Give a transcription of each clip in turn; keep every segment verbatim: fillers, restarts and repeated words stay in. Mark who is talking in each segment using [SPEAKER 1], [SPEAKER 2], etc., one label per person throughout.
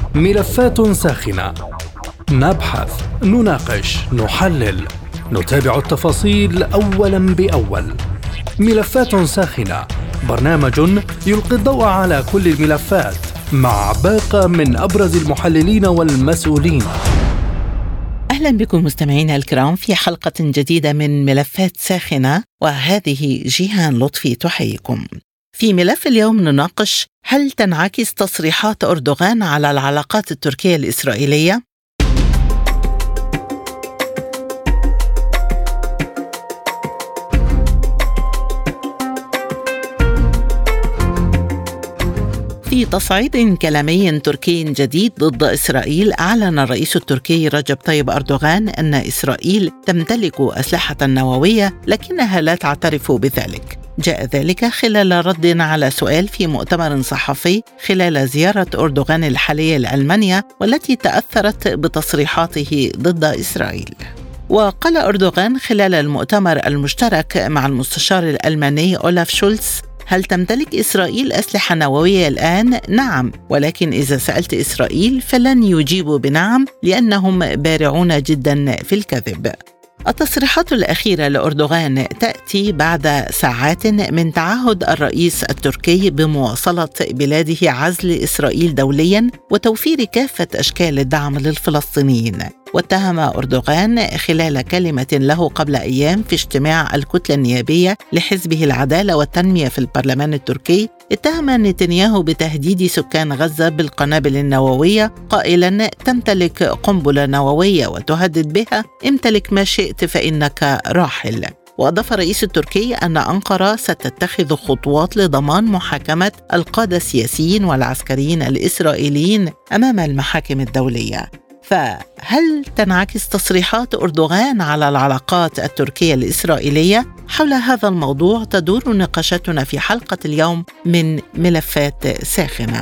[SPEAKER 1] ملفات ساخنة، نبحث، نناقش، نحلل، نتابع التفاصيل أولاً بأول. ملفات ساخنة، برنامج يلقي الضوء على كل الملفات مع باقة من أبرز المحللين والمسؤولين.
[SPEAKER 2] أهلا بكم مستمعينا الكرام في حلقة جديدة من ملفات ساخنة، وهذه جيهان لطفي تحييكم. في ملف اليوم نناقش: هل تنعكس تصريحات أردوغان على العلاقات التركية الإسرائيلية؟ في تصعيد كلامي تركي جديد ضد إسرائيل، أعلن الرئيس التركي رجب طيب أردوغان أن إسرائيل تمتلك أسلحة نووية لكنها لا تعترف بذلك. جاء ذلك خلال رد على سؤال في مؤتمر صحفي خلال زيارة أردوغان الحالية لألمانيا، والتي تأثرت بتصريحاته ضد إسرائيل. وقال أردوغان خلال المؤتمر المشترك مع المستشار الألماني أولاف شولتز: هل تمتلك إسرائيل أسلحة نووية الآن؟ نعم، ولكن إذا سألت إسرائيل فلن يجيبوا بنعم لأنهم بارعون جدا في الكذب. التصريحات الأخيرة لأردوغان تأتي بعد ساعات من تعهد الرئيس التركي بمواصلة بلاده عزل إسرائيل دوليا وتوفير كافة أشكال الدعم للفلسطينيين. واتهم أردوغان خلال كلمة له قبل أيام في اجتماع الكتلة النيابية لحزبه العدالة والتنمية في البرلمان التركي، اتهم نتنياهو بتهديد سكان غزة بالقنابل النووية، قائلا: تمتلك قنبلة نووية وتهدد بها، امتلك ما شئت فإنك راحل. وأضاف الرئيس التركي أن أنقرة ستتخذ خطوات لضمان محاكمة القادة السياسيين والعسكريين الإسرائيليين أمام المحاكم الدولية. فهل تنعكس تصريحات أردوغان على العلاقات التركية الإسرائيلية؟ حول هذا الموضوع تدور نقاشاتنا في حلقة اليوم من ملفات ساخنة.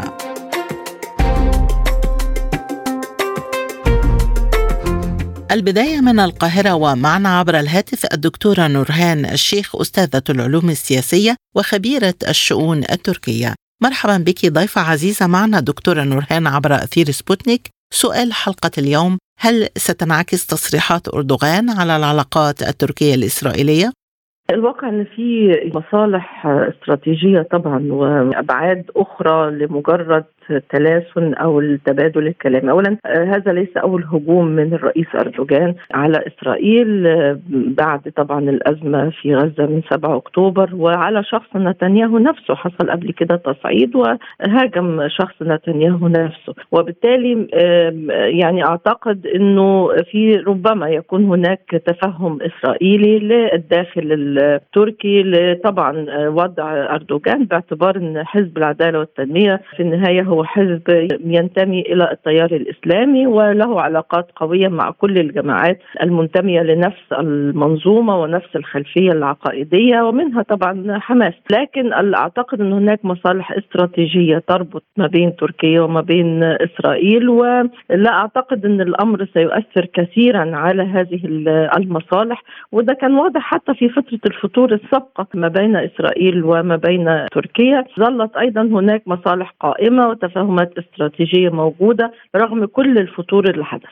[SPEAKER 2] البداية من القاهرة، ومعنا عبر الهاتف الدكتورة نورهان الشيخ، أستاذة العلوم السياسية وخبيرة الشؤون التركية. مرحبا بك ضيفة عزيزة معنا دكتورة نورهان عبر أثير سبوتنيك. سؤال حلقة اليوم: هل ستنعكس تصريحات أردوغان على العلاقات التركية الإسرائيلية؟
[SPEAKER 3] الواقع أن في مصالح استراتيجية طبعا وأبعاد أخرى لمجرد التلاسن أو التبادل الكلامي. أولا، هذا ليس أول هجوم من الرئيس أردوغان على إسرائيل بعد طبعا الأزمة في غزة من سبعة أكتوبر، وعلى شخص نتنياهو نفسه حصل قبل كده تصعيد وهاجم شخص نتنياهو نفسه. وبالتالي يعني أعتقد أنه في ربما يكون هناك تفهم إسرائيلي للداخل التركي طبعا وضع أردوغان، باعتبار أن حزب العدالة والتنمية في النهاية هو حزب ينتمي إلى التيار الإسلامي وله علاقات قوية مع كل الجماعات المنتمية لنفس المنظومة ونفس الخلفية العقائدية، ومنها طبعا حماس. لكن أعتقد أن هناك مصالح استراتيجية تربط ما بين تركيا وما بين إسرائيل، ولا أعتقد أن الأمر سيؤثر كثيرا على هذه المصالح. وده كان واضح حتى في فترة الفتور السابقة ما بين إسرائيل وما بين تركيا. ظلت أيضا هناك مصالح قائمة وتفاهمات استراتيجية موجودة رغم كل الفتور اللي حدث.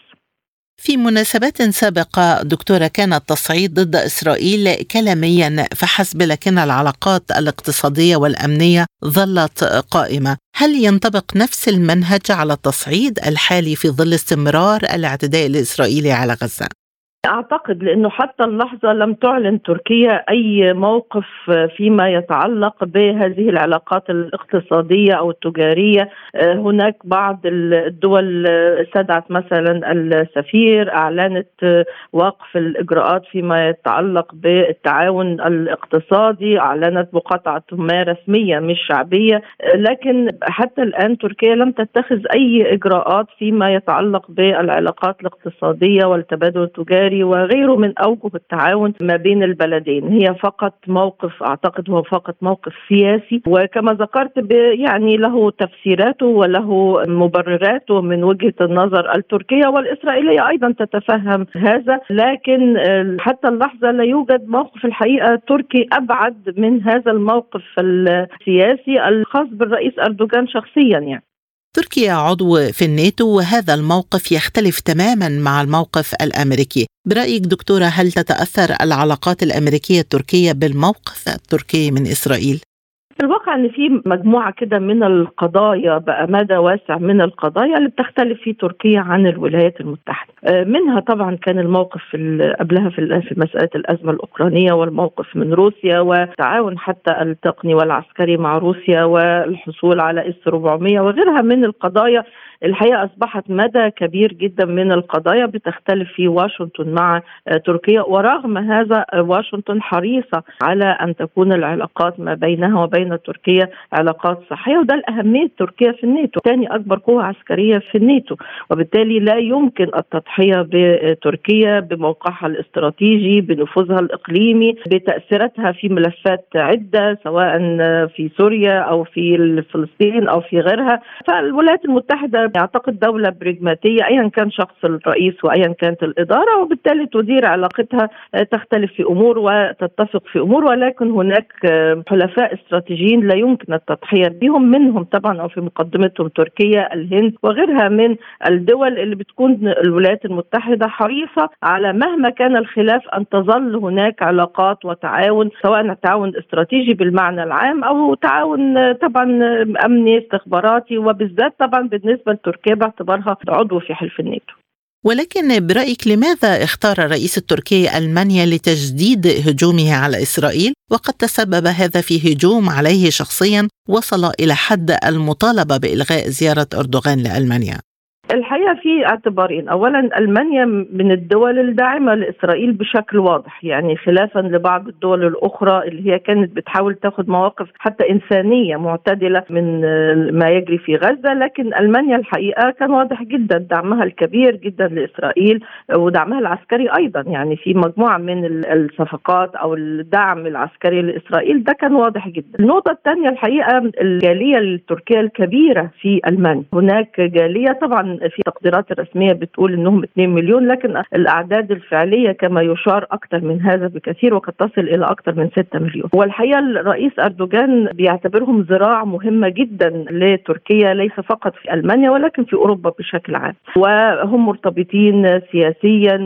[SPEAKER 2] في مناسبات سابقة دكتورة كان التصعيد ضد إسرائيل كلاميا فحسب، لكن العلاقات الاقتصادية والأمنية ظلت قائمة. هل ينطبق نفس المنهج على التصعيد الحالي في ظل استمرار الاعتداء الإسرائيلي على غزة؟
[SPEAKER 3] أعتقد لأنه حتى اللحظة لم تعلن تركيا أي موقف فيما يتعلق بهذه العلاقات الاقتصادية أو التجارية. هناك بعض الدول استدعت مثلا السفير، أعلنت وقف الإجراءات فيما يتعلق بالتعاون الاقتصادي، أعلنت مقاطعة ما رسمية مش شعبية. لكن حتى الآن تركيا لم تتخذ أي إجراءات فيما يتعلق بالعلاقات الاقتصادية والتبادل التجاري وغيره من أوجه التعاون ما بين البلدين. هي فقط موقف، أعتقد هو فقط موقف سياسي، وكما ذكرت يعني له تفسيراته وله مبرراته من وجهة النظر التركية والإسرائيلية أيضا تتفهم هذا. لكن حتى اللحظة لا يوجد موقف الحقيقة تركي أبعد من هذا الموقف السياسي الخاص بالرئيس أردوغان شخصيا. يعني
[SPEAKER 2] تركيا عضو في الناتو، وهذا الموقف يختلف تماما مع الموقف الأمريكي. برأيك دكتورة، هل تتأثر العلاقات الأمريكية التركية بالموقف التركي من إسرائيل؟
[SPEAKER 3] الواقع ان في مجموعه كده من القضايا، بقى مدى واسع من القضايا اللي بتختلف في تركيا عن الولايات المتحده. منها طبعا كان الموقف قبلها في في مساله الازمه الاوكرانيه، والموقف من روسيا، والتعاون حتى التقني والعسكري مع روسيا، والحصول على اس أربعمية وغيرها من القضايا. الحقيقه اصبحت مدى كبير جدا من القضايا بتختلف في واشنطن مع تركيا، ورغم هذا واشنطن حريصه على ان تكون العلاقات ما بينها وبين تركيا علاقات صحيه، وده الاهميه تركيا في الناتو، ثاني اكبر قوه عسكريه في الناتو، وبالتالي لا يمكن التضحيه بتركيا بموقعها الاستراتيجي، بنفوذها الاقليمي، بتاثيراتها في ملفات عده سواء في سوريا او في فلسطين او في غيرها. فالولايات المتحده يعتقد دولة برجماتية أيا كان شخص الرئيس وأيا كانت الإدارة، وبالتالي تدير علاقتها، تختلف في أمور وتتفق في أمور، ولكن هناك حلفاء استراتيجيين لا يمكن التضحية بهم، منهم طبعا أو في مقدمتهم تركيا، الهند وغيرها من الدول اللي بتكون الولايات المتحدة حريصة على مهما كان الخلاف أن تظل هناك علاقات وتعاون، سواء تعاون استراتيجي بالمعنى العام أو تعاون طبعا أمني استخباراتي، وبالذات طبعا بالنسبة تركيا باعتبارها عضو في حلف الناتو.
[SPEAKER 2] ولكن برأيك لماذا اختار الرئيس التركي ألمانيا لتجديد هجومه على إسرائيل، وقد تسبب هذا في هجوم عليه شخصيا وصل إلى حد المطالبة بإلغاء زيارة أردوغان لألمانيا؟
[SPEAKER 3] الحقيقة في اعتبارين. أولا ألمانيا من الدول الداعمة لإسرائيل بشكل واضح، يعني خلافا لبعض الدول الأخرى اللي هي كانت بتحاول تاخد مواقف حتى إنسانية معتدلة من ما يجري في غزة، لكن ألمانيا الحقيقة كان واضح جدا دعمها الكبير جدا لإسرائيل ودعمها العسكري أيضا، يعني في مجموعة من الصفقات أو الدعم العسكري لإسرائيل ده كان واضح جدا. النقطة الثانية الحقيقة الجالية التركية الكبيرة في ألمانيا، هناك جالية طبعا في تقديرات الرسمية بتقول انهم اثنين مليون، لكن الاعداد الفعلية كما يشار اكثر من هذا بكثير، وقد تصل الى اكثر من ستة مليون. والحقيقة الرئيس أردوغان بيعتبرهم ذراع مهمة جدا لتركيا، ليس فقط في ألمانيا ولكن في اوروبا بشكل عام، وهم مرتبطين سياسيا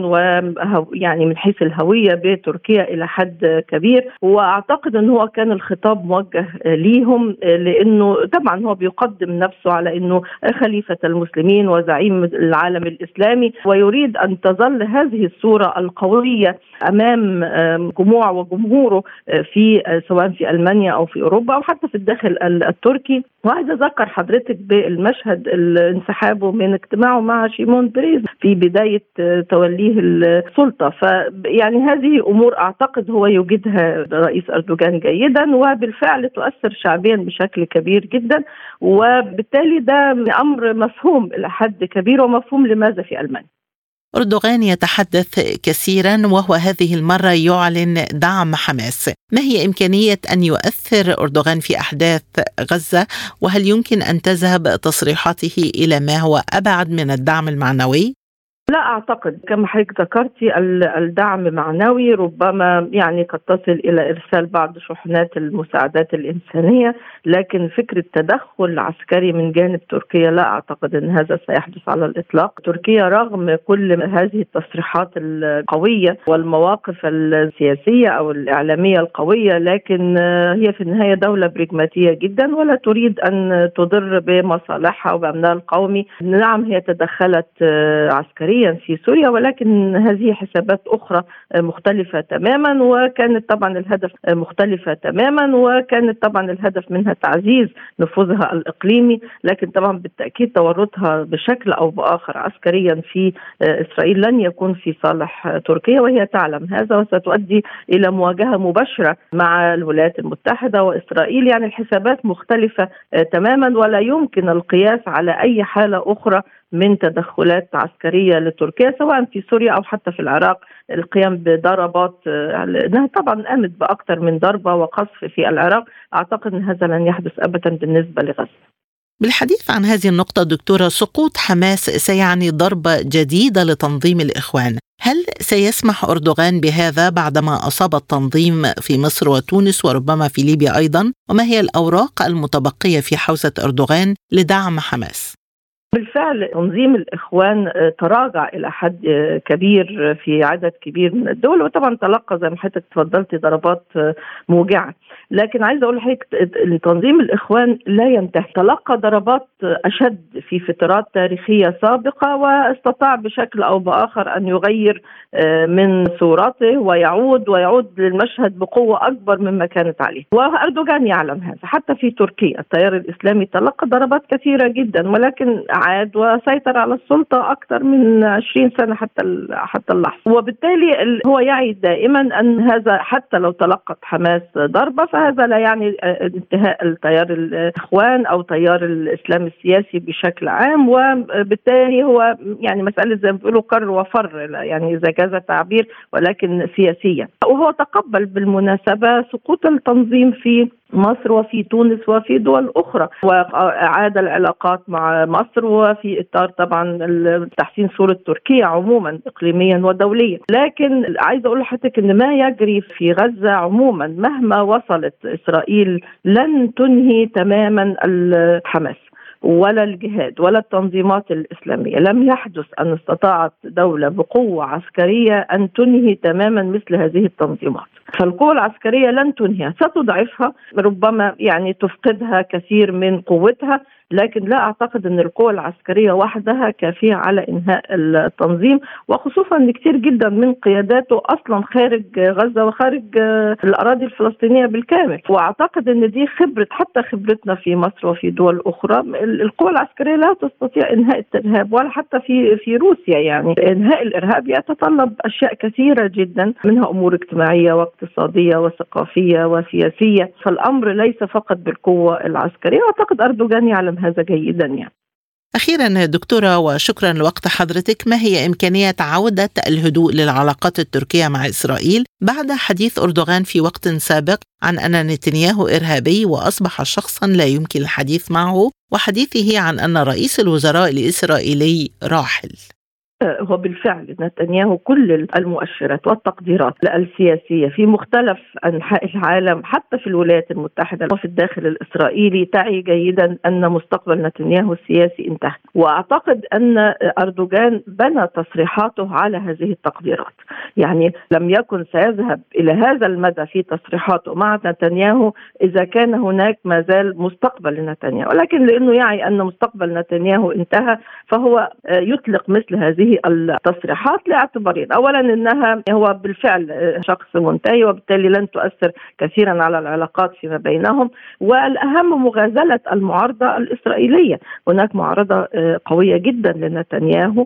[SPEAKER 3] ويعني من حيث الهوية بتركيا الى حد كبير. واعتقد ان هو كان الخطاب موجه ليهم، لانه طبعا هو بيقدم نفسه على انه خليفة المسلمين وزعيم العالم الإسلامي، ويريد أن تظل هذه الصورة القوية أمام جموع وجمهوره في سواء في ألمانيا أو في أوروبا أو حتى في الداخل التركي. وعايز أذكر حضرتك بالمشهد انسحابه من اجتماعه مع شيمون بريز في بداية توليه السلطة، فيعني هذه أمور أعتقد هو يوجدها رئيس أردوغان جيدا، وبالفعل تؤثر شعبيا بشكل كبير جدا، وبالتالي ده أمر مفهوم إلى حد كبير ومفهوم لماذا في ألمانيا.
[SPEAKER 2] أردوغان يتحدث كثيرا وهو هذه المرة يعلن دعم حماس، ما هي إمكانية أن يؤثر أردوغان في أحداث غزة، وهل يمكن أن تذهب تصريحاته إلى ما هو أبعد من الدعم المعنوي؟
[SPEAKER 3] لا أعتقد، كما حضرتك ذكرتي الدعم معنوي ربما يعني قد تصل إلى إرسال بعض شحنات المساعدات الإنسانية، لكن فكرة تدخل عسكري من جانب تركيا لا أعتقد أن هذا سيحدث على الإطلاق. تركيا رغم كل هذه التصريحات القوية والمواقف السياسية أو الإعلامية القوية، لكن هي في النهاية دولة برجماتية جدا ولا تريد أن تضر بمصالحها وبأمنها القومي. نعم هي تدخلت عسكريا في سوريا، ولكن هذه حسابات أخرى مختلفة تماما، وكانت طبعا الهدف مختلفة تماما، وكانت طبعا الهدف منها تعزيز نفوذها الإقليمي، لكن طبعا بالتأكيد تورطها بشكل أو بآخر عسكريا في إسرائيل لن يكون في صالح تركيا، وهي تعلم هذا، وستؤدي إلى مواجهة مباشرة مع الولايات المتحدة وإسرائيل. يعني الحسابات مختلفة تماما، ولا يمكن القياس على أي حالة أخرى من تدخلات عسكرية لتركيا سواء في سوريا أو حتى في العراق، القيام بضربات لأنها طبعا قامت بأكثر من ضربة وقصف في العراق. أعتقد أن هذا لن يحدث أبدا بالنسبة لغزة.
[SPEAKER 2] بالحديث عن هذه النقطة دكتورة، سقوط حماس سيعني ضربة جديدة لتنظيم الإخوان، هل سيسمح أردوغان بهذا بعدما أصاب التنظيم في مصر وتونس وربما في ليبيا أيضا؟ وما هي الأوراق المتبقية في حوزة أردوغان لدعم حماس؟
[SPEAKER 3] بالفعل تنظيم الإخوان تراجع إلى حد كبير في عدد كبير من الدول، وطبعا تلقى زي ما حضرتك تفضلتي ضربات موجعة. لكن عايزة أقول لحضرتك تنظيم الإخوان لا ينتهي، تلقى ضربات أشد في فترات تاريخية سابقة، واستطاع بشكل أو بآخر أن يغير من صورته ويعود ويعود للمشهد بقوة أكبر مما كانت عليه، وأردوغان يعلم هذا. حتى في تركيا التيار الإسلامي تلقى ضربات كثيرة جدا، ولكن عاد وسيطر على السلطة أكثر من عشرين سنة حتى حتى اللحظة. وبالتالي هو يعي دائما أن هذا حتى لو تلقت حماس ضربة فهذا لا يعني انتهاء التيار الإخوان أو تيار الإسلام السياسي بشكل عام. وبالتالي هو يعني مسألة زي ما بيقولوا كر وفر، يعني إذا جاز التعبير، ولكن سياسية. وهو تقبل بالمناسبة سقوط التنظيم في مصر وفي تونس وفي دول أخرى، وأعاد العلاقات مع مصر، وفي إطار طبعا تحسين صورة تركيا عموما إقليميا ودوليا. لكن عايزة أقول لحضرتك أن ما يجري في غزة عموما مهما وصلت إسرائيل لن تنهي تماما الحماس ولا الجهاد ولا التنظيمات الإسلامية. لم يحدث أن استطاعت دولة بقوة عسكرية أن تنهي تماما مثل هذه التنظيمات. فالقوة العسكرية لن تنهيها، ستضعفها، ربما يعني تفقدها كثير من قوتها، لكن لا أعتقد أن القوة العسكرية وحدها كافية على إنهاء التنظيم، وخصوصا أن كثير جدا من قياداته أصلا خارج غزة وخارج الأراضي الفلسطينية بالكامل. وأعتقد أن دي خبرة، حتى خبرتنا في مصر وفي دول أخرى، القوة العسكرية لا تستطيع إنهاء الإرهاب، ولا حتى في في روسيا. يعني إنهاء الإرهاب يتطلب أشياء كثيرة جدا، منها أمور اجتماعية واقتصادية وثقافية وسياسية، فالأمر ليس فقط بالقوة العسكرية. أعتقد أردوغان يعلم هذا جيدا. يعني
[SPEAKER 2] أخيرا دكتورة، وشكرا لوقت حضرتك، ما هي إمكانية عودة الهدوء للعلاقات التركية مع إسرائيل بعد حديث أردوغان في وقت سابق عن أن نتنياهو إرهابي وأصبح شخصا لا يمكن الحديث معه، وحديثه عن أن رئيس الوزراء الإسرائيلي راحل؟
[SPEAKER 3] هو بالفعل نتنياهو كل المؤشرات والتقديرات السياسية في مختلف أنحاء العالم، حتى في الولايات المتحدة وفي الداخل الإسرائيلي، تعي جيدا أن مستقبل نتنياهو السياسي انتهى. وأعتقد أن أردوغان بنى تصريحاته على هذه التقديرات، يعني لم يكن سيذهب إلى هذا المدى في تصريحاته مع نتنياهو إذا كان هناك ما زال مستقبل لنتنياهو، ولكن لأنه يعي أن مستقبل نتنياهو انتهى فهو يطلق مثل هذه التصريحات لاعتبارين. أولا أنها هو بالفعل شخص منتهي، وبالتالي لن تؤثر كثيرا على العلاقات فيما بينهم. والأهم مغازلة المعارضة الإسرائيلية، هناك معارضة قوية جدا لنتنياهو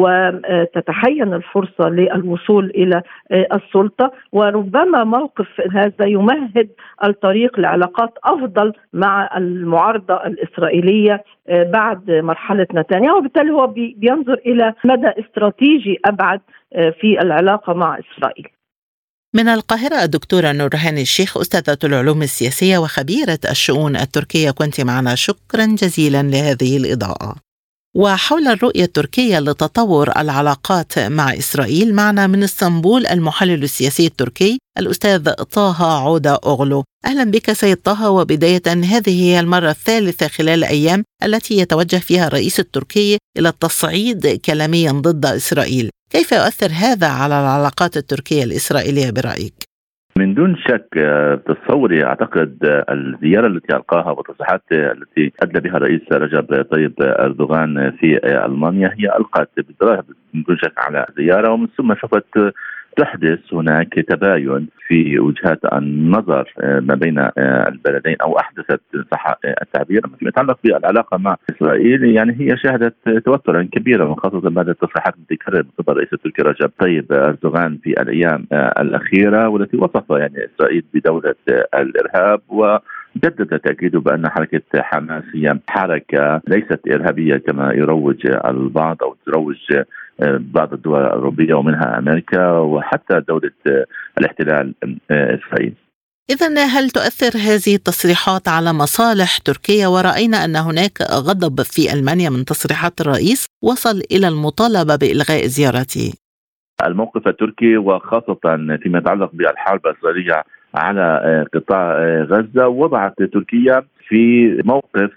[SPEAKER 3] وتتحين الفرصة للوصول إلى السلطة، وربما موقف هذا يمهد الطريق لعلاقات أفضل مع المعارضة الإسرائيلية بعد مرحلة نتنياهو. وبالتالي هو بينظر إلى مدى استراتيجي أبعد في العلاقة مع إسرائيل.
[SPEAKER 2] من القاهرة الدكتورة نورهان الشيخ، أستاذة العلوم السياسية وخبيرة الشؤون التركية، كنت معنا، شكرا جزيلا لهذه الإضاءة. وحول الرؤية التركية لتطور العلاقات مع إسرائيل، معنا من اسطنبول المحلل السياسي التركي الأستاذ طه عودة أغلو. أهلا بك سيد طه. وبداية، هذه هي المرة الثالثة خلال الأيام التي يتوجه فيها الرئيس التركي إلى التصعيد كلاميا ضد إسرائيل، كيف يؤثر هذا على العلاقات التركية الإسرائيلية برأيك؟
[SPEAKER 4] من دون شك تصوري أعتقد الزيارة التي ألقاها والتصريحات التي أدلى بها الرئيس رجب طيب أردوغان في ألمانيا هي ألقت بضرر من دون شك على زيارة، ومن ثم سوف تحدث هناك تباين في وجهات النظر ما بين البلدين، أو أحدثت صح التعبير فيما يتعلق بالعلاقة مع إسرائيل. يعني هي شهدت توترا كبيرا، خاصة بعد التصريحات التي كررت من قبل الرئيس التركي رجب طيب أردوغان في الأيام الأخيرة، والتي وصف يعني إسرائيل بدولة الإرهاب، وجدد تأكيده بأن حركة حماس هي حركة ليست إرهابية كما يروج البعض أو تروج بعض الدول الأوروبية ومنها أمريكا وحتى دولة الاحتلال إسرائيل.
[SPEAKER 2] إذن هل تؤثر هذه التصريحات على مصالح تركيا؟ ورأينا أن هناك غضب في ألمانيا من تصريحات الرئيس وصل إلى المطالبة بإلغاء زيارته.
[SPEAKER 4] الموقف التركي وخاصة فيما يتعلق بالحرب الإسرائيلية على قطاع غزة، وضعت تركيا في موقف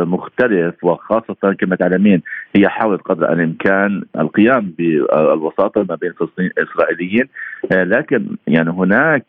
[SPEAKER 4] مختلف، وخاصة كما تعلمين هي حاولت قدر الإمكان القيام بالوساطة ما بين الفلسطينيين والإسرائيليين، لكن يعني هناك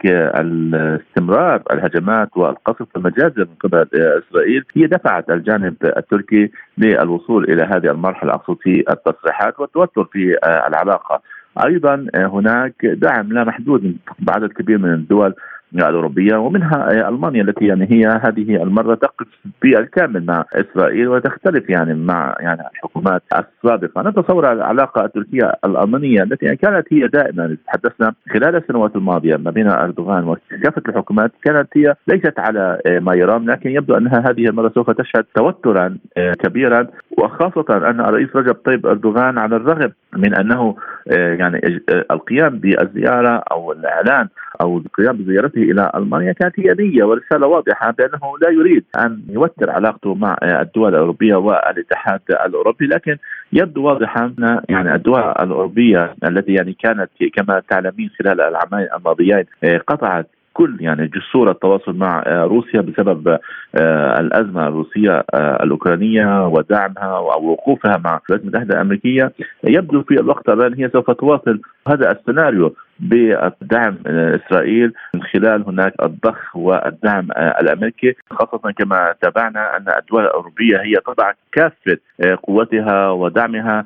[SPEAKER 4] الاستمرار الهجمات والقصف المجازر من قبل إسرائيل هي دفعت الجانب التركي للوصول إلى هذه المرحلة، أقصد في التصريحات والتوتر في العلاقة. أيضا هناك دعم لا محدود من عدد كبير من الدول الأوروبية ومنها ألمانيا التي يعني هي هذه المرة تقف بالكامل مع إسرائيل وتختلف يعني مع يعني الحكومات السابقة. نتصور العلاقة التركية الألمانية التي كانت هي دائما تحدثنا خلال السنوات الماضية ما بين أردوغان وكافة الحكومات كانت هي ليست على ما يرام، لكن يبدو أنها هذه المرة سوف تشهد توترا كبيرا، وخاصة أن الرئيس رجب طيب أردوغان على الرغم من أنه يعني القيام بالزيارة أو الإعلان أو القيام بزيارته إلى ألمانيا كانت هي نية ورسالة واضحة بأنه لا يريد أن يوتر علاقته مع الدول الأوروبية والاتحاد الأوروبي، لكن يبدو واضحا أن يعني الدول الأوروبية التي يعني كانت كما تعلمين خلال العامين الماضيين قطعت كل يعني جسور التواصل مع روسيا بسبب الأزمة الروسية الأوكرانية ودعمها ووقوفها مع الولايات المتحدة الأمريكية، يبدو في الوقت الآن هي سوف تواصل هذا السيناريو بدعم إسرائيل من خلال هناك الضخ والدعم الأمريكي، خاصة كما تابعنا أن الدول الأوروبية هي تضع كافة قوتها ودعمها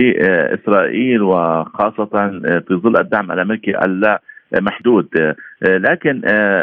[SPEAKER 4] لإسرائيل، وخاصة في ظل الدعم الأمريكي اللا محدود. لكن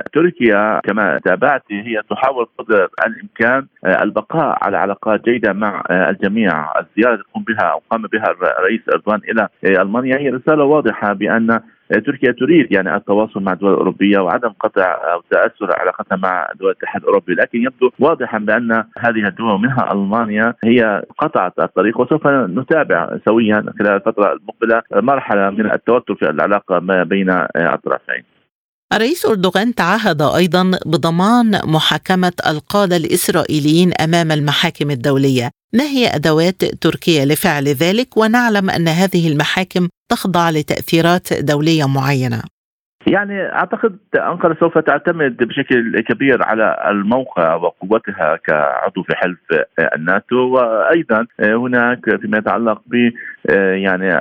[SPEAKER 4] تركيا كما تابعت هي تحاول قدر الإمكان البقاء على علاقات جيدة مع الجميع. الزيارة التي قام بها أو قام بها الرئيس أردوغان إلى ألمانيا هي رسالة واضحة بأن تركيا تريد يعني التواصل مع الدول الأوروبية وعدم قطع أو تأثر علاقتها مع دول الاتحاد الأوروبي، لكن يبدو واضحا بأن هذه الدول منها ألمانيا هي قطعت الطريق، وسوف نتابع سويا خلال الفترة المقبلة مرحلة من التوتر في العلاقة ما بين الطرفين.
[SPEAKER 2] الرئيس أردوغان تعهد أيضا بضمان محاكمة القادة الإسرائيليين أمام المحاكم الدولية. ما هي أدوات تركيا لفعل ذلك؟ ونعلم أن هذه المحاكم تخضع لتأثيرات دولية معينة.
[SPEAKER 4] يعني أعتقد أنقرة سوف تعتمد بشكل كبير على الموقع وقوتها كعضو في حلف الناتو، وأيضا هناك فيما يتعلق ب يعني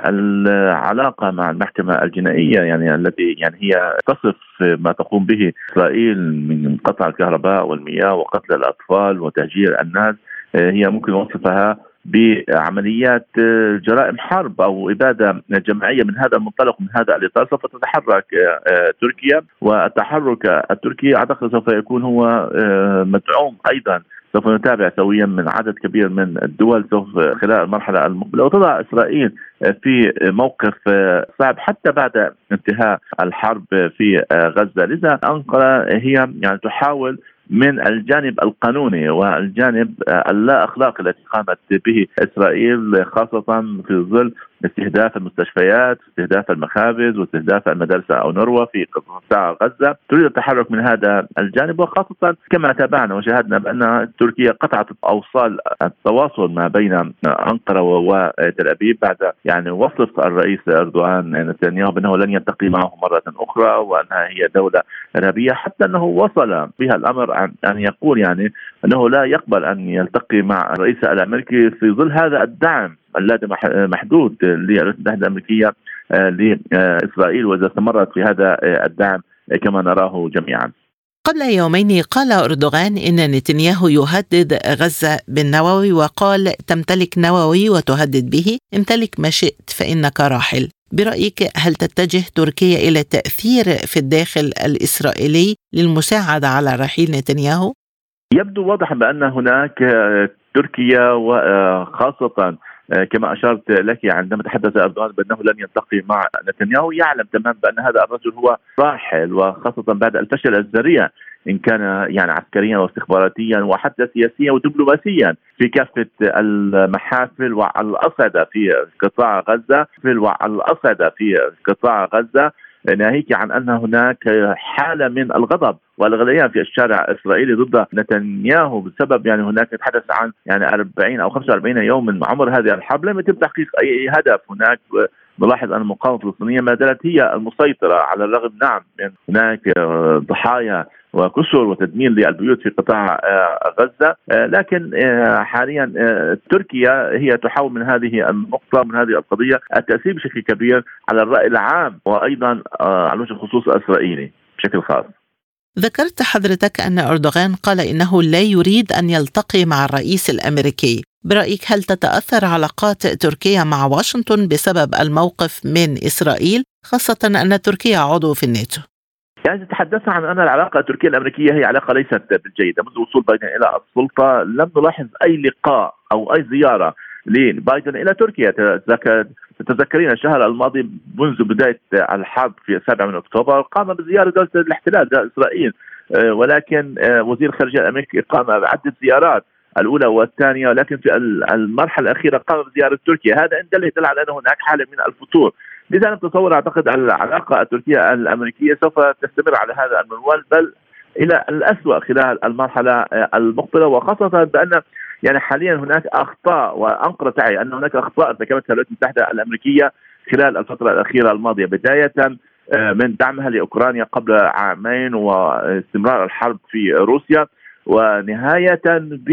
[SPEAKER 4] العلاقة مع المحكمة الجنائية يعني التي يعني هي تصف ما تقوم به إسرائيل من قطع الكهرباء والمياه وقتل الأطفال وتهجير الناس، هي ممكن وصفها بعمليات جرائم حرب أو إبادة جماعية. من هذا المنطلق من هذا الإطار سوف تتحرك تركيا، والتحرك التركي أعتقد سوف يكون هو مدعوم أيضا، سوف نتابع سويا من عدد كبير من الدول سوف خلال المرحلة المقبلة، وتضع إسرائيل في موقف صعب حتى بعد انتهاء الحرب في غزة. لذا أنقرة هي يعني تحاول من الجانب القانوني والجانب اللا أخلاقي التي قامت به إسرائيل، خاصة في ظل استهداف المستشفيات، استهداف المخابز، واستهداف المدارس أو نروى في قطاع غزة، تريد التحرك من هذا الجانب، وخاصة كما تابعنا وشاهدنا بأن تركيا قطعت أوصال التواصل ما بين أنقرة وتل أبيب بعد يعني وصف الرئيس أردوغان نتنياهو بأنه لن يلتقي معه مرة أخرى وأنها هي دولة إرهابية، حتى أنه وصل بها الأمر أن يقول يعني أنه لا يقبل أن يلتقي مع الرئيس الأمريكي في ظل هذا الدعم الذي محدود للولايات المتحدة الأمريكية لإسرائيل، وإذا استمرت في هذا الدعم كما نراه جميعا.
[SPEAKER 2] قبل يومين قال أردوغان إن نتنياهو يهدد غزة بالنووي، وقال تمتلك نووي وتهدد به، امتلك ما شئت فإنك راحل. برأيك هل تتجه تركيا إلى تأثير في الداخل الإسرائيلي للمساعدة على رحيل نتنياهو؟
[SPEAKER 4] يبدو واضحا بأن هناك تركيا وخاصة كما أشرت لك عندما تحدث أردوغان بأنه لن يلتقي مع نتنياهو، يعلم تماما بأن هذا الرجل هو راحل، وخاصة بعد الفشل الذريع إن كان يعني عسكريا واستخباراتيا وحتى سياسيا ودبلوماسيا في كافة المحافل والأصعدة في قطاع غزة في والأصعدة في قطاع غزة، ناهيك عن أن هناك حالة من الغضب والغليان في الشارع الإسرائيلي ضد نتنياهو بسبب يعني هناك نتحدث عن يعني أربعين أو خمسة وأربعين يوم من عمر هذه الحرب لم يتم تحقيق أي هدف. هناك نلاحظ أن المقاومة الفلسطينية ما زالت هي المسيطرة على الرغم نعم من هناك ضحايا وكسر وتدمير للبيوت في قطاع غزة. لكن حاليا تركيا هي تحاول من هذه النقطة من هذه القضية التأثير بشكل كبير على الرأي العام وأيضا على وجه الخصوص الإسرائيلي بشكل خاص.
[SPEAKER 2] ذكرت حضرتك أن أردوغان قال إنه لا يريد أن يلتقي مع الرئيس الأمريكي. برأيك هل تتأثر علاقات تركيا مع واشنطن بسبب الموقف من إسرائيل، خاصة أن تركيا عضو في الناتو؟
[SPEAKER 4] يعني تحدثنا عن أن العلاقة التركية الأمركية هي علاقة ليست بالجيدة. منذ وصول بايدن إلى السلطة لم نلاحظ أي لقاء أو أي زيارة لبايدن إلى تركيا. تتذكرين الشهر الماضي منذ بداية الحرب في السابع من أكتوبر قام بزيارة دولة الاحتلال دولة إسرائيل، ولكن وزير الخارجية الأمريكي قام بعدة زيارات الأولى والثانية، ولكن في المرحلة الأخيرة قام بزيارة تركيا. هذا إن دل يدل على أن هناك حالة من الفتور. لذا نتصور أعتقد العلاقة التركية الأمريكية سوف تستمر على هذا المنوال بل إلى الأسوأ خلال المرحلة المقبلة، وخاصة بأن يعني حاليا هناك أخطاء، وأنقرة تعي أن هناك أخطاء ارتكبتها الولايات المتحدة الأمريكية خلال الفترة الأخيرة الماضية، بداية من دعمها لأوكرانيا قبل عامين واستمرار الحرب في روسيا، ونهاية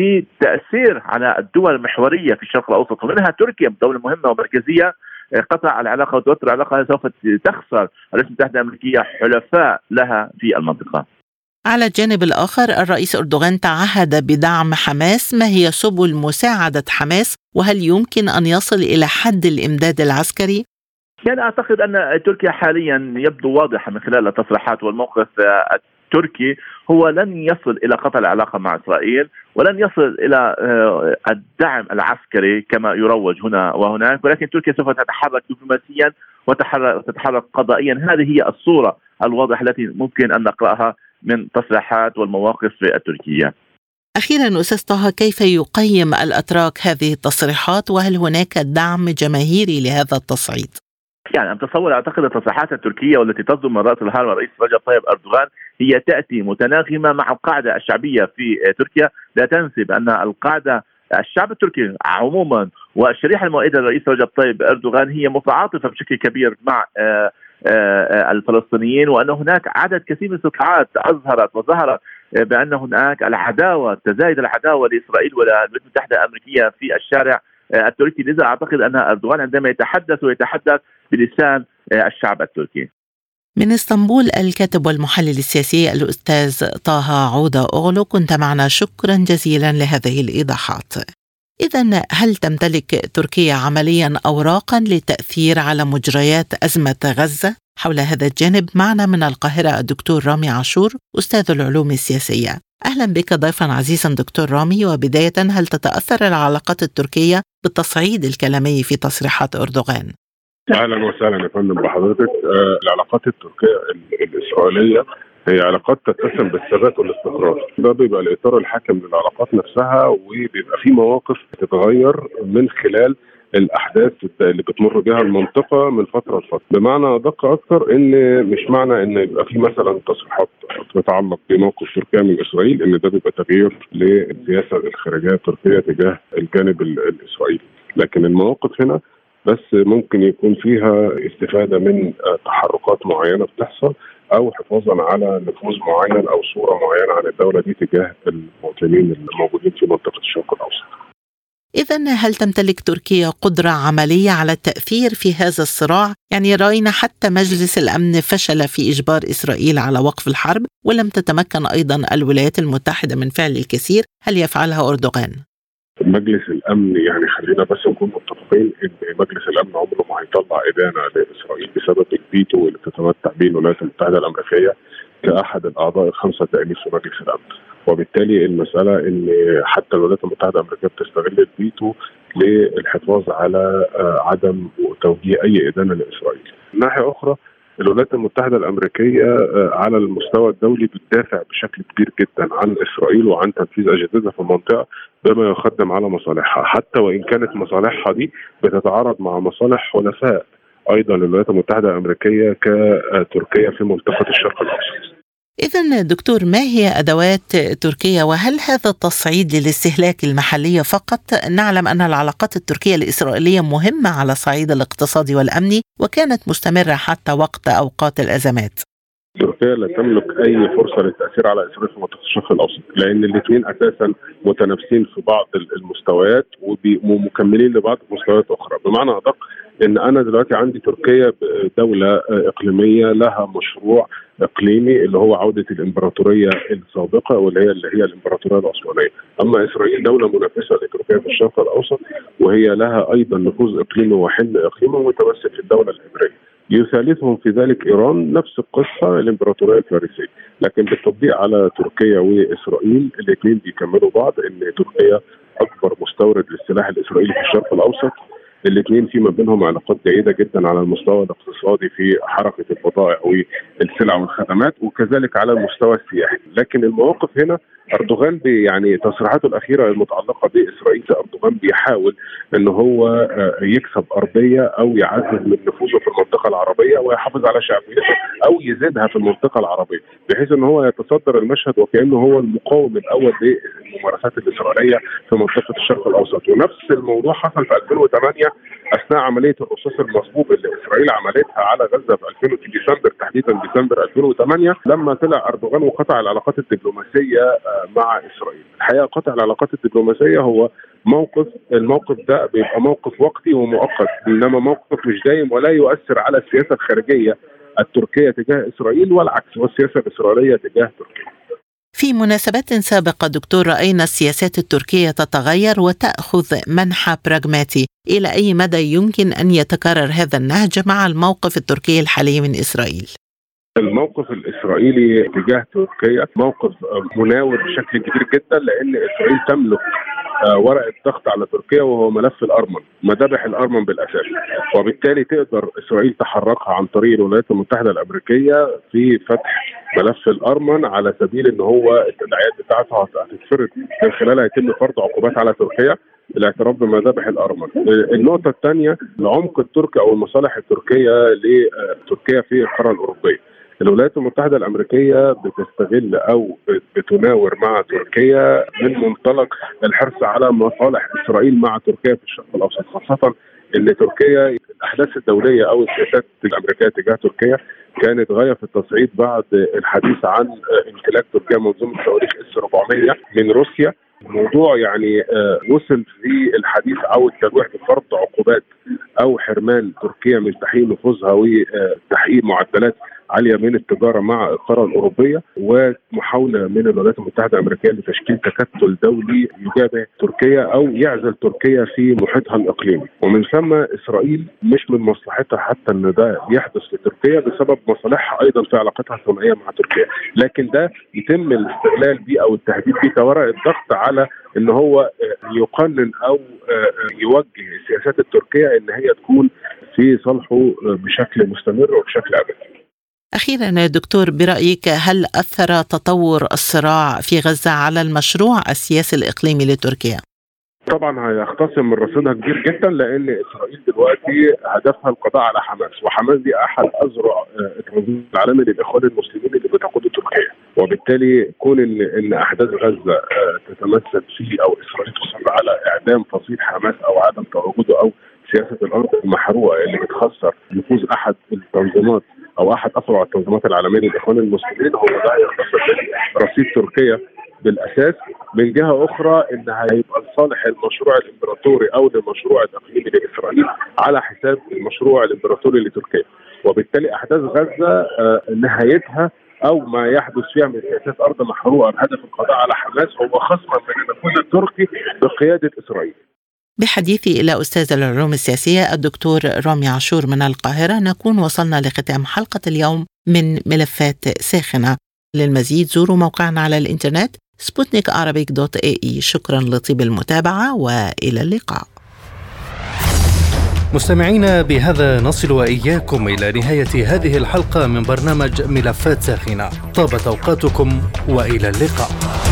[SPEAKER 4] بتأثير على الدول المحورية في الشرق الأوسط ومنها تركيا دولة مهمة ومركزية. قطع العلاقة وتوتر العلاقة سوف تخسر الولايات المتحدة الأمريكية حلفاء لها في المنطقة.
[SPEAKER 2] على الجانب الآخر الرئيس أردوغان تعهد بدعم حماس. ما هي سبل مساعدة حماس، وهل يمكن أن يصل إلى حد الإمداد العسكري؟
[SPEAKER 4] يعني أعتقد أن تركيا حاليا يبدو واضحة من خلال التصريحات والموقف التركي هو لن يصل إلى قطع العلاقة مع إسرائيل ولن يصل إلى الدعم العسكري كما يروج هنا وهناك، ولكن تركيا سوف تتحرك دبلوماسيا وتتحرك قضائيا. هذه هي الصورة الواضحة التي ممكن أن نقرأها من تصريحات والمواقف التركية.
[SPEAKER 2] أخيرا أستاذ طه، كيف يقيم الأتراك هذه التصريحات، وهل هناك دعم جماهيري لهذا التصعيد؟
[SPEAKER 4] يعني أتصور أعتقد التصريحات التركية والتي تصدر من رأس الهرم الرئيس رجب طيب أردوغان هي تأتي متناغمة مع القاعدة الشعبية في تركيا. لا تنسى بأن القاعدة الشعب التركي عموما والشريحة المؤيدة للرئيس رجب طيب أردوغان هي متعاطفة بشكل كبير مع الفلسطينيين، وأن هناك عدد كثير من الاستطلاعات أظهرت وظهرت بأن هناك العداوة تزايد العداوة لإسرائيل والولايات المتحدة الأمريكية في الشارع التركي. لذا أعتقد أن أردوغان عندما يتحدث ويتحدث بلسان الشعب التركي.
[SPEAKER 2] من اسطنبول الكاتب والمحلل السياسي الأستاذ طه عودة أغلو، كنت معنا، شكرا جزيلا لهذه الإيضاحات. إذن هل تمتلك تركيا عمليا أوراقا للتأثير على مجريات أزمة غزة؟ حول هذا الجانب معنا من القاهرة الدكتور رامي عاشور أستاذ العلوم السياسية. أهلا بك ضيفا عزيزا دكتور رامي. وبداية، هل تتأثر العلاقات التركية بالتصعيد الكلامي في تصريحات أردوغان؟
[SPEAKER 5] أهلا وسهلا يا فندم بحضرتك. آه العلاقات التركية الإسرائيلية هي علاقات تتسم بالثبات والاستقرار، ده بيبقى الإطار الحاكم للعلاقات نفسها، وبيبقى في مواقف تتغير من خلال الأحداث اللي بتمر بها المنطقة من فترة لفترة. بمعنى أدق أكثر إن مش معنى إن يبقى في مثلا تصريحات تتعلق بموقف تركيا من إسرائيل إن ده بيبقى تغيير للسياسة الخارجية التركية تجاه الجانب الإسرائيلي، لكن المواقف هنا بس ممكن يكون فيها استفادة من تحركات معينة بتحصل أو حفاظا على نفوذ معين أو صورة معينة عن الدولة دي تجاه المواطنين الموجودين في منطقة الشرق الأوسط.
[SPEAKER 2] إذن هل تمتلك تركيا قدرة عملية على التأثير في هذا الصراع؟ يعني رأينا حتى مجلس الأمن فشل في إجبار إسرائيل على وقف الحرب، ولم تتمكن أيضا الولايات المتحدة من فعل الكثير. هل يفعلها أردوغان؟
[SPEAKER 5] مجلس الأمن يعني خلينا بس نكون متفقين إن مجلس الأمن عمره ما هيطلع إدانة لإسرائيل بسبب الفيتو اللي تتمتع به الولايات المتحدة الأمريكية كأحد الأعضاء الخمسة الدائمين في مجلس الأمن، وبالتالي المسألة إن حتى الولايات المتحدة الأمريكية بتستغل الفيتو للحفاظ على عدم توجيه أي إدانة لإسرائيل. من ناحية أخرى الولايات المتحدة الأمريكية على المستوى الدولي بتدافع بشكل كبير جدا عن إسرائيل وعن تنفيذ أجندتها في المنطقة بما يخدم على مصالحها، حتى وإن كانت مصالحها دي بتتعارض مع مصالح حلفاء أيضا الولايات المتحدة الأمريكية كتركيا في منطقة الشرق الأوسط.
[SPEAKER 2] إذن دكتور، ما هي أدوات تركيا، وهل هذا التصعيد للاستهلاك المحلي فقط؟ نعلم أن العلاقات التركية الإسرائيلية مهمة على الصعيد الاقتصادي والأمني، وكانت مستمرة حتى وقت أوقات الأزمات.
[SPEAKER 5] تركيا لا تملك اي فرصه للتاثير على اسرائيل في منطقه الشرق الاوسط، لان الاثنين اساسا متنافسين في بعض المستويات ومكملين لبعض مستويات اخرى. بمعنى ادق ان انا دلوقتي عندي تركيا دوله اقليميه لها مشروع اقليمي اللي هو عوده الامبراطوريه السابقه واللي هي اللي هي الامبراطوريه العثمانيه. اما اسرائيل دوله منافسه لتركيا في الشرق الاوسط وهي لها ايضا نفوذ اقليمي وحل اقليمي متمثل في الدوله العبريه. يثالثهم في ذلك ايران، نفس القصه الامبراطوريه الفارسيه، لكن بالتطبيق على تركيا واسرائيل الاثنين بيكملوا بعض، ان تركيا اكبر مستورد للسلاح الاسرائيلي في الشرق الاوسط. الاثنين في ما بينهم علاقات جيده جدا على المستوى الاقتصادي في حركه البضائع والسلع والخدمات، وكذلك على المستوى السياحي. لكن المواقف هنا اردوغان يعني تصريحاته الاخيره المتعلقه باسرائيل، اردوغان بيحاول ان هو يكسب ارضيه او يعزز من نفوذه في المنطقه العربيه ويحافظ على شعبيته او يزيدها في المنطقه العربيه، بحيث ان هو يتصدر المشهد وكانه هو المقاوم الاول للممارسات الاسرائيليه في منطقه الشرق الاوسط. ونفس الموضوع حصل في ألفين وثمانية اثناء عمليه الرصاص المصبوب اللي اسرائيل عملتها على غزه في ألفين في ديسمبر، تحديدا ديسمبر ألفين وثمانية، لما طلع اردوغان وقطع العلاقات الدبلوماسيه مع اسرائيل. الحقيقه قطع العلاقات الدبلوماسيه هو موقف، الموقف ده بيبقى موقف وقتي ومؤقت، انما موقف مش دايم ولا يؤثر على السياسه الخارجيه التركيه تجاه اسرائيل والعكس، والسياسه الاسرائيليه تجاه تركيا.
[SPEAKER 2] في مناسبات سابقة دكتور رأينا السياسات التركية تتغير وتأخذ منحى براغماتي. إلى أي مدى يمكن أن يتكرر هذا النهج مع الموقف التركي الحالي من إسرائيل؟
[SPEAKER 5] الموقف الإسرائيلي تجاه تركيا موقف مناور بشكل كبير جدا، لأن إسرائيل تملك ورقة ضغط على تركيا وهو ملف الأرمن، مذابح الأرمن بالأساس، وبالتالي تقدر إسرائيل تحركها عن طريق الولايات المتحدة الأمريكية في فتح ملف الأرمن على سبيل إن هو التداعيات بتاعتها هتتفرض من خلالها يتم فرض عقوبات على تركيا الاعتراف بمذابح الأرمن. النقطة الثانية العمق التركي أو المصالح التركية لتركيا في القارة الأوروبية. الولايات المتحدة الأمريكية بتستغل أو بتناور مع تركيا من منطلق الحرص على مصالح إسرائيل مع تركيا في الشرق الأوسط، خاصة أن تركيا الأحداث الدولية أو السياسات الأمريكية تجاه تركيا كانت غاية في التصعيد بعد الحديث عن امتلاك تركيا منظومة صواريخ إس أربعمية من روسيا. الموضوع يعني وصل في الحديث أو التلويح بفرض عقوبات أو حرمان تركيا من تحقيق نفوذها وتحقيق معدلات عالية من التجارة مع القارة الأوروبية، ومحاولة من الولايات المتحدة الأمريكية لتشكيل تكتل دولي يجابه تركيا أو يعزل تركيا في محيطها الإقليمي. ومن ثم إسرائيل مش من مصلحتها حتى أن ده يحدث لتركيا بسبب مصالحها أيضا في علاقتها الثنائية مع تركيا، لكن ده يتم الاستغلال بيه أو التهديد بيه كورقة ضغط على أن هو يقنن أو يوجه السياسات التركية أن هي تكون في صالحه بشكل مستمر وبشكل أبدي.
[SPEAKER 2] أخيراً دكتور، برأيك هل أثر تطور الصراع في غزة على المشروع السياسي الإقليمي لتركيا؟
[SPEAKER 5] طبعا هيختصم من رصيدها كبير جدا، لأن إسرائيل دلوقتي هدفها القضاء على حماس، وحماس دي أحد أذرع التنظيم العالمي للإخوان المسلمين اللي بتقوده تركيا، وبالتالي كون إن إن أحداث غزة تتمثل في أو إسرائيل تصر على إعدام فصيل حماس أو عدم تواجده أو سياسة الأرض المحروقة اللي بتخسر نفوذ أحد التنظيمات أو أحد أفرع التنظيمات العالمية للإخوان المسلمين، هو ده هيختصر رصيد تركيا بالأساس. من جهة أخرى إن هيبقى لصالح المشروع الإمبراطوري أو المشروع الإقليمي لإسرائيل على حساب المشروع الإمبراطوري لتركيا، وبالتالي أحداث غزة نهايتها أو ما يحدث فيها من سياسات أرض محروقة بهدف القضاء على حماس هو خصما من النفوذ التركي بقيادة إسرائيل.
[SPEAKER 2] بحديثي إلى أستاذ العلوم السياسية الدكتور رامي عاشور من القاهرة نكون وصلنا لختام حلقة اليوم من ملفات ساخنة. للمزيد زوروا موقعنا على الإنترنت سبوتنيك عربيك دوت اي اي. شكرا لطيب المتابعة وإلى اللقاء.
[SPEAKER 1] مستمعينا، بهذا نصل وإياكم إلى نهاية هذه الحلقة من برنامج ملفات ساخنة. طابت أوقاتكم وإلى اللقاء.